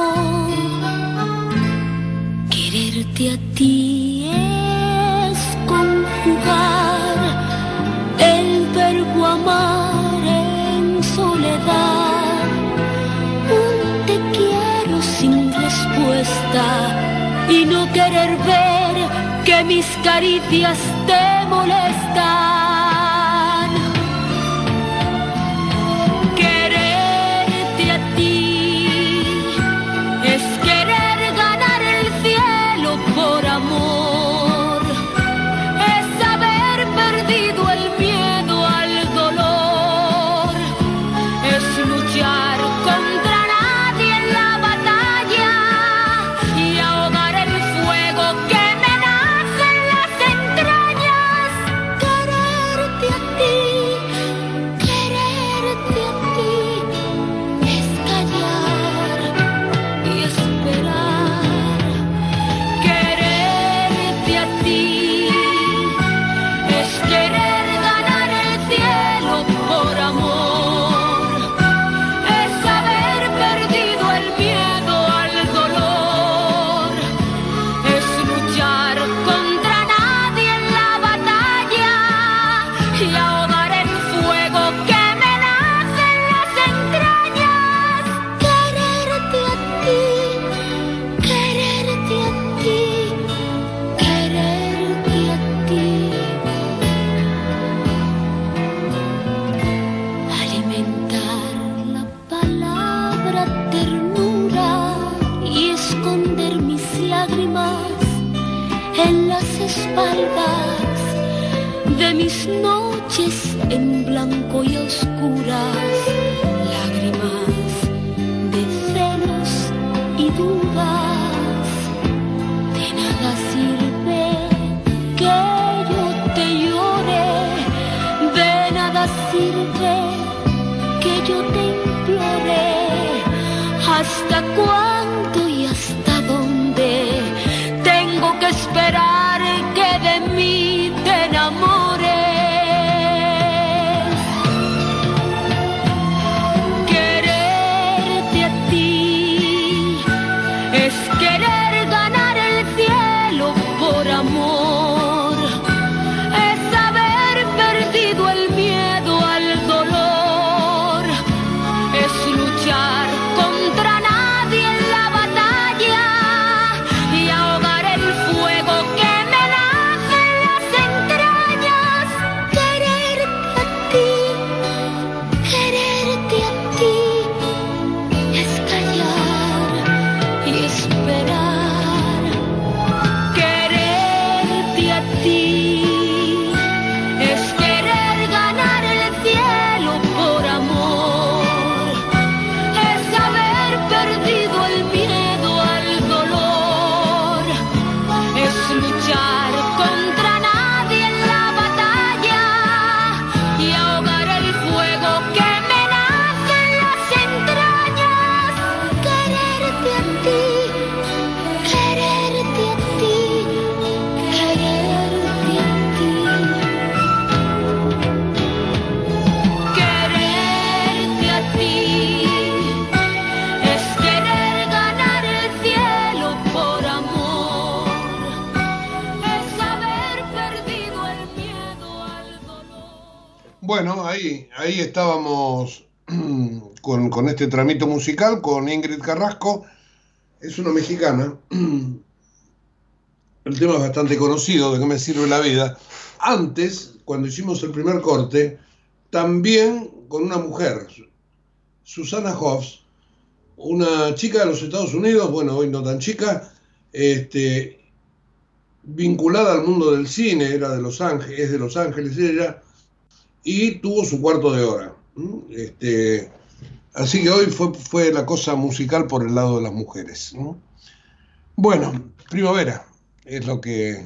Quererte a ti es conjugar el verbo amar en soledad, un te quiero sin respuesta y no querer ver que mis caricias te molestan. Quererte a ti es querer ganar el cielo por amor, es haber perdido el miedo al dolor, es luchar contra nadie en la batalla y ahogar el fuego que me nace en las entrañas. Quererte a ti es callar y esperar. Quererte a ti es querer ganar el cielo por amor, es haber perdido el miedo al dolor, es luchar contra nadie en la batalla y ahogar el fuego que me nace en las entrañas. Quererte a ti, quererte a ti, quererte a ti. Alimentar la palabra ternura y esconder mis lágrimas en las espaldas de mis noches en blanco y oscuras, lágrimas de celos y dudas. De nada sirve que yo te llore, de nada sirve que yo te implore. ¿Hasta cuándo y hasta dónde tengo que esperar que de mí te enamores? Quererte a ti es querer ganar el cielo por amor, es haber perdido el miedo al dolor, es luchar contra nadie en la batalla y ahogar el fuego que me nace en las entrañas. Quererte a ti es callar y esperar. Quererte a ti es querer ganar el cielo por amor, es haber perdido el miedo al dolor, es luchar contra nadie en la batalla y ahogar el fuego que me nace en las entrañas. Quererte a ti, quererte a ti, quererte a ti. Quererte a ti es querer ganar el cielo por amor, es haber perdido el miedo al dolor. Bueno, ahí estábamos con este tramito musical con Ingrid Carrasco. Es una mexicana El tema es bastante conocido, ¿de qué me sirve la vida? Antes, cuando hicimos el primer corte, también con una mujer, Susanna Hoffs, una chica de los Estados Unidos, bueno, hoy no tan chica, vinculada al mundo del cine, era de Los Ángeles, es de Los Ángeles ella, y tuvo su cuarto de hora. Así que hoy fue la cosa musical por el lado de las mujeres, ¿no? Bueno, primavera es lo que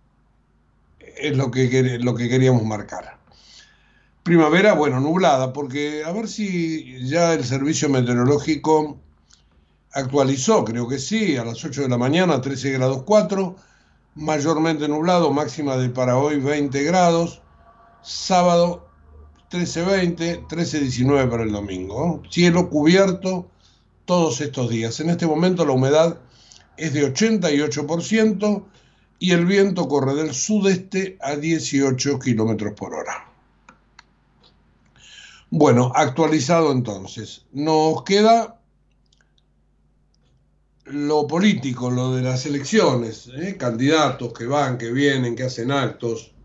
queríamos marcar. Primavera, bueno, nublada, porque a ver si ya el servicio meteorológico actualizó, creo que sí, a las 8 de la mañana, 13 grados 4, mayormente nublado, máxima de para hoy 20 grados, sábado 13-20, 13-19 para el domingo, ¿no? Cielo cubierto todos estos días. En este momento la humedad es de 88% y el viento corre del sudeste a 18 kilómetros por hora. Bueno, actualizado entonces. Nos queda lo político, lo de las elecciones, candidatos que van, que vienen, que hacen actos,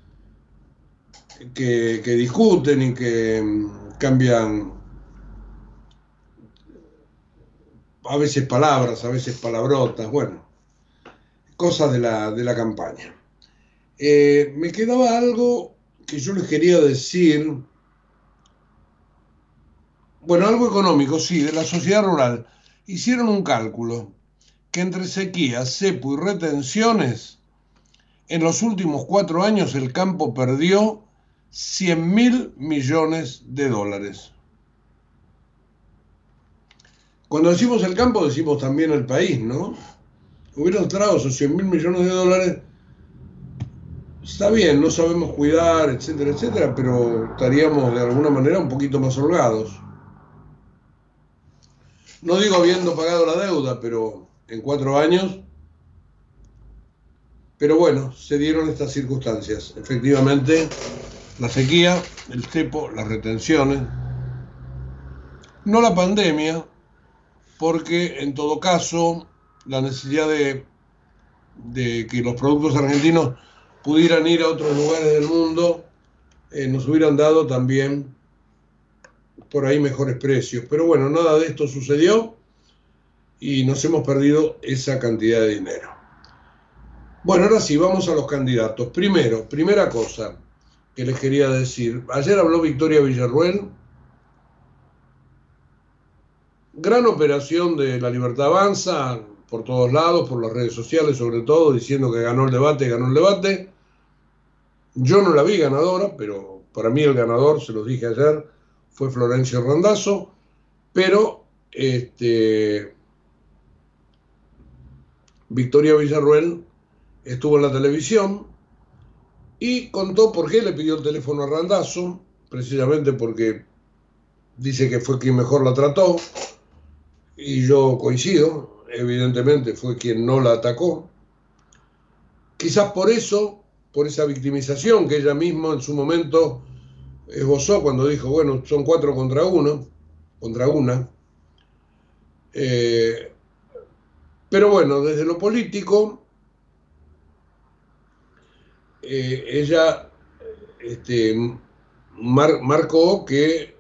que discuten y que cambian a veces palabras, a veces palabrotas, bueno, cosas de la campaña. Me quedaba algo que yo les quería decir, bueno, algo económico, sí, de la sociedad rural. Hicieron un cálculo que entre sequías, cepo y retenciones, en los últimos 4 años el campo perdió 100.000 millones de dólares. Cuando decimos el campo, decimos también el país, ¿no? Hubieran entrado esos 100.000 millones de dólares, está bien, no sabemos cuidar, etcétera, etcétera, pero estaríamos de alguna manera un poquito más holgados. No digo habiendo pagado la deuda, pero en 4 años. Pero bueno, se dieron estas circunstancias. Efectivamente, la sequía, el cepo, las retenciones. No la pandemia, porque en todo caso la necesidad de que los productos argentinos pudieran ir a otros lugares del mundo nos hubieran dado también por ahí mejores precios. Pero bueno, nada de esto sucedió y nos hemos perdido esa cantidad de dinero. Bueno, ahora sí, vamos a los candidatos. Primera cosa que les quería decir. Ayer habló Victoria Villarruel. Gran operación de La Libertad Avanza por todos lados, por las redes sociales sobre todo, diciendo que ganó el debate. Yo no la vi ganadora, pero para mí el ganador, se los dije ayer, fue Florencio Randazzo, pero Victoria Villarruel estuvo en la televisión y contó por qué le pidió el teléfono a Randazzo, precisamente porque dice que fue quien mejor la trató, y yo coincido, evidentemente fue quien no la atacó. Quizás por eso, por esa victimización que ella misma en su momento esbozó cuando dijo, bueno, son 4 contra una. Pero bueno, desde lo político, ella marcó que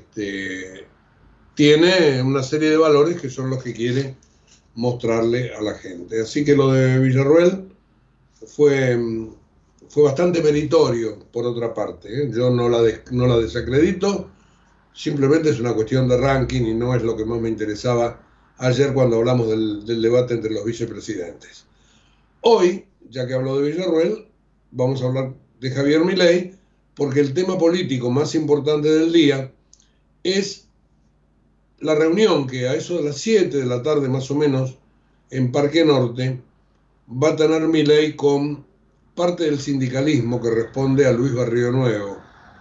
tiene una serie de valores que son los que quiere mostrarle a la gente. Así que lo de Villarruel fue bastante meritorio, por otra parte, Yo no la desacredito, simplemente es una cuestión de ranking y no es lo que más me interesaba ayer cuando hablamos del debate entre los vicepresidentes. Hoy, ya que hablo de Villarruel, vamos a hablar de Javier Milei, porque el tema político más importante del día es la reunión que a eso de las 7 de la tarde más o menos en Parque Norte va a tener Milei con parte del sindicalismo que responde a Luis Barrio Nuevo.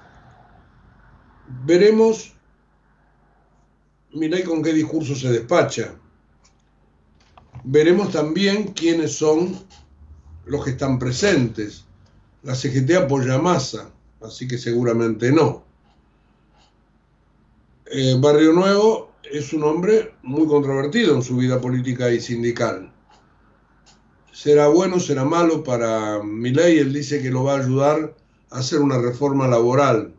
Veremos Milei con qué discurso se despacha. Veremos también quiénes son los que están presentes. La CGT apoya a Massa, así que seguramente no. Barrio Nuevo es un hombre muy controvertido en su vida política y sindical. ¿Será bueno, será malo para Milei? Él dice que lo va a ayudar a hacer una reforma laboral.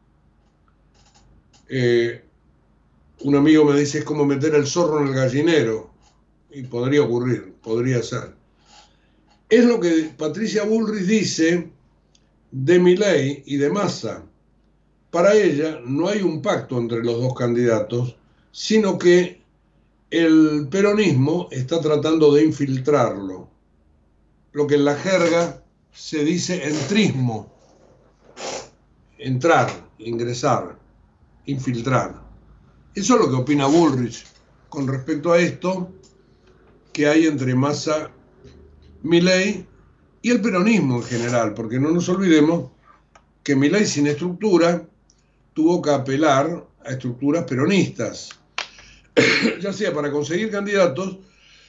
Un amigo me dice, es como meter el zorro en el gallinero. Y podría ocurrir, podría ser. Es lo que Patricia Bullrich dice de Milei y de Massa. Para ella no hay un pacto entre los dos candidatos, sino que el peronismo está tratando de infiltrarlo. Lo que en la jerga se dice entrismo. Entrar, ingresar, infiltrar. Eso es lo que opina Bullrich con respecto a esto que hay entre Massa, Milei y el peronismo en general, porque no nos olvidemos que Milei sin estructura tuvo que apelar a estructuras peronistas, ya sea para conseguir candidatos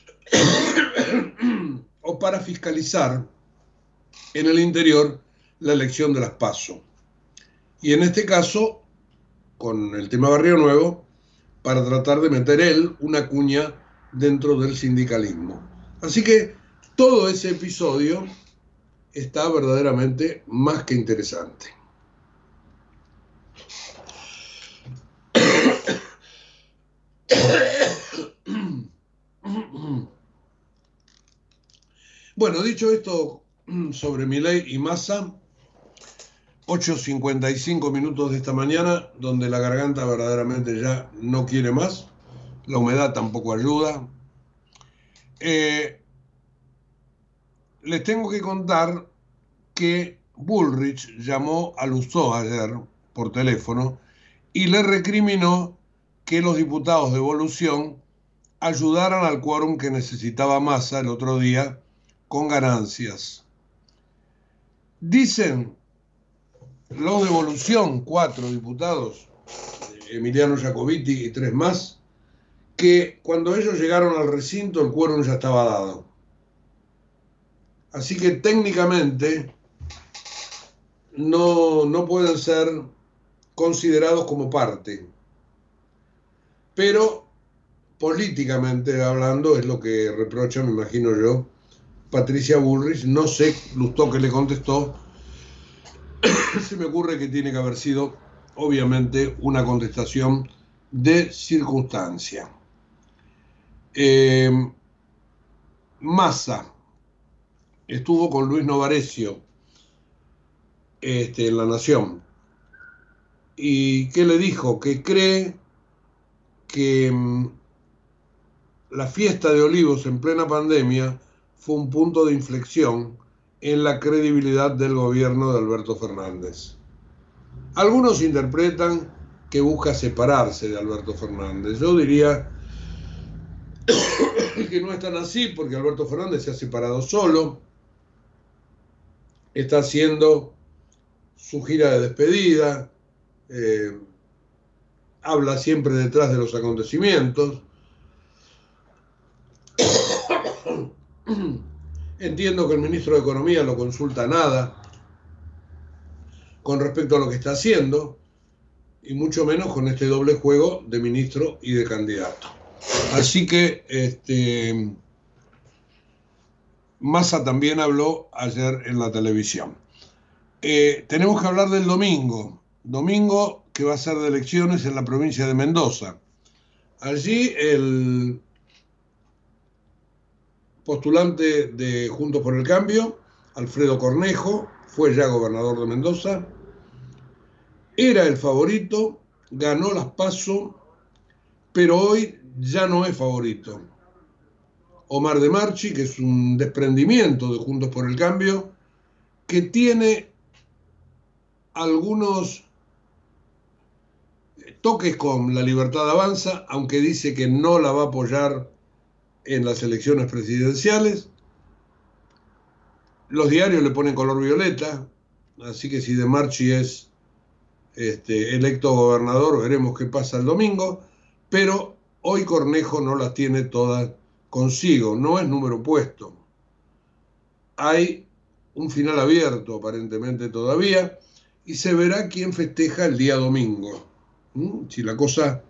o para fiscalizar en el interior la elección de las PASO. Y en este caso, con el tema Barrio Nuevo, para tratar de meter él una cuña dentro del sindicalismo. Así que todo ese episodio está verdaderamente más que interesante. Bueno, dicho esto sobre Milei y Massa, 8:55 minutos de esta mañana, donde la garganta verdaderamente ya no quiere más, la humedad tampoco ayuda. Les tengo que contar que Bullrich llamó a Lustó ayer por teléfono y le recriminó que los diputados de Evolución ayudaran al quórum que necesitaba Massa el otro día con ganancias. Dicen los de Evolución, 4 diputados, Emiliano Jacobiti y 3 más, que cuando ellos llegaron al recinto el quórum ya estaba dado. Así que técnicamente no pueden ser considerados como parte. Pero políticamente hablando es lo que reprocha, me imagino yo, Patricia Bullrich. No sé, Lustó que le contestó. Se me ocurre que tiene que haber sido, obviamente, una contestación de circunstancia. Massa estuvo con Luis Novarecio en La Nación. ¿Y qué le dijo? Que cree que la fiesta de Olivos en plena pandemia fue un punto de inflexión en la credibilidad del gobierno de Alberto Fernández. Algunos interpretan que busca separarse de Alberto Fernández. Yo diría que no es tan así, porque Alberto Fernández se ha separado solo, está haciendo su gira de despedida, habla siempre detrás de los acontecimientos. Entiendo que el ministro de Economía no consulta nada con respecto a lo que está haciendo, y mucho menos con este doble juego de ministro y de candidato. Así que Massa también habló ayer en la televisión. Tenemos que hablar del domingo que va a ser de elecciones en la provincia de Mendoza. Allí el postulante de Juntos por el Cambio, Alfredo Cornejo, fue ya gobernador de Mendoza, era el favorito, ganó las PASO, pero hoy ya no es favorito. Omar de Marchi, que es un desprendimiento de Juntos por el Cambio, que tiene algunos toques con La Libertad Avanza, aunque dice que no la va a apoyar en las elecciones presidenciales. Los diarios le ponen color violeta, así que si de Marchi es electo gobernador, veremos qué pasa el domingo, pero hoy Cornejo no las tiene todas consigo, no es número puesto. Hay un final abierto aparentemente todavía, y se verá quién festeja el día domingo. Si la cosa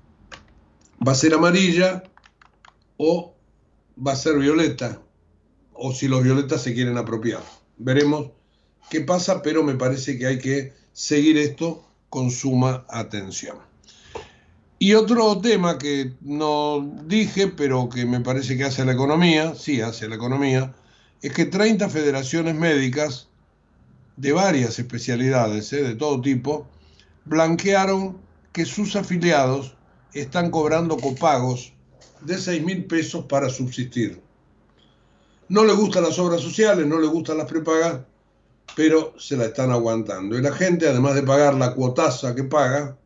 va a ser amarilla o va a ser violeta, o si los violetas se quieren apropiar. Veremos qué pasa, pero me parece que hay que seguir esto con suma atención. Y otro tema que no dije, pero que me parece que hace la economía, sí hace la economía, es que 30 federaciones médicas de varias especialidades, de todo tipo, blanquearon que sus afiliados están cobrando copagos de 6.000 pesos para subsistir. No les gustan las obras sociales, no les gustan las prepagas, pero se la están aguantando. Y la gente, además de pagar la cuotaza que paga,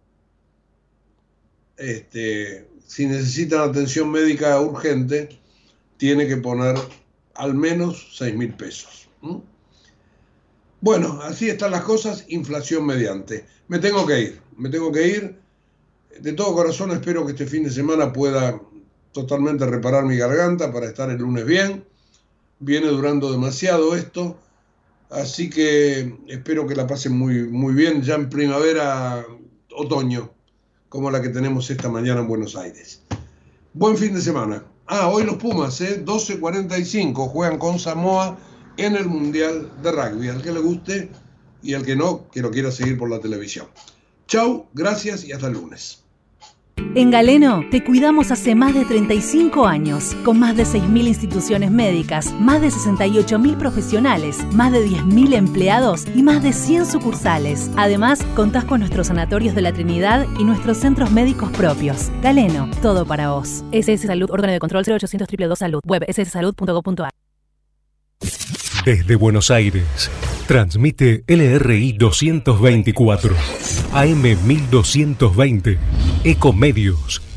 si necesitan atención médica urgente, tiene que poner al menos 6.000 pesos. Bueno, así están las cosas, inflación mediante. Me tengo que ir. De todo corazón espero que este fin de semana pueda totalmente reparar mi garganta para estar el lunes bien. Viene durando demasiado esto, así que espero que la pasen muy, muy bien, ya en primavera, otoño, como la que tenemos esta mañana en Buenos Aires. Buen fin de semana. Hoy los Pumas, 12:45, juegan con Samoa en el Mundial de Rugby. Al que le guste y al que no, que lo quiera seguir por la televisión. Chau, gracias y hasta el lunes. En Galeno te cuidamos hace más de 35 años, con más de 6.000 instituciones médicas, más de 68.000 profesionales, más de 10.000 empleados y más de 100 sucursales. Además, contás con nuestros sanatorios de la Trinidad y nuestros centros médicos propios. Galeno, todo para vos. SS Salud, órgano de control 0800 222 Salud, web sssalud.gov.ar. Desde Buenos Aires, transmite LRI 224, AM 1220, Ecomedios.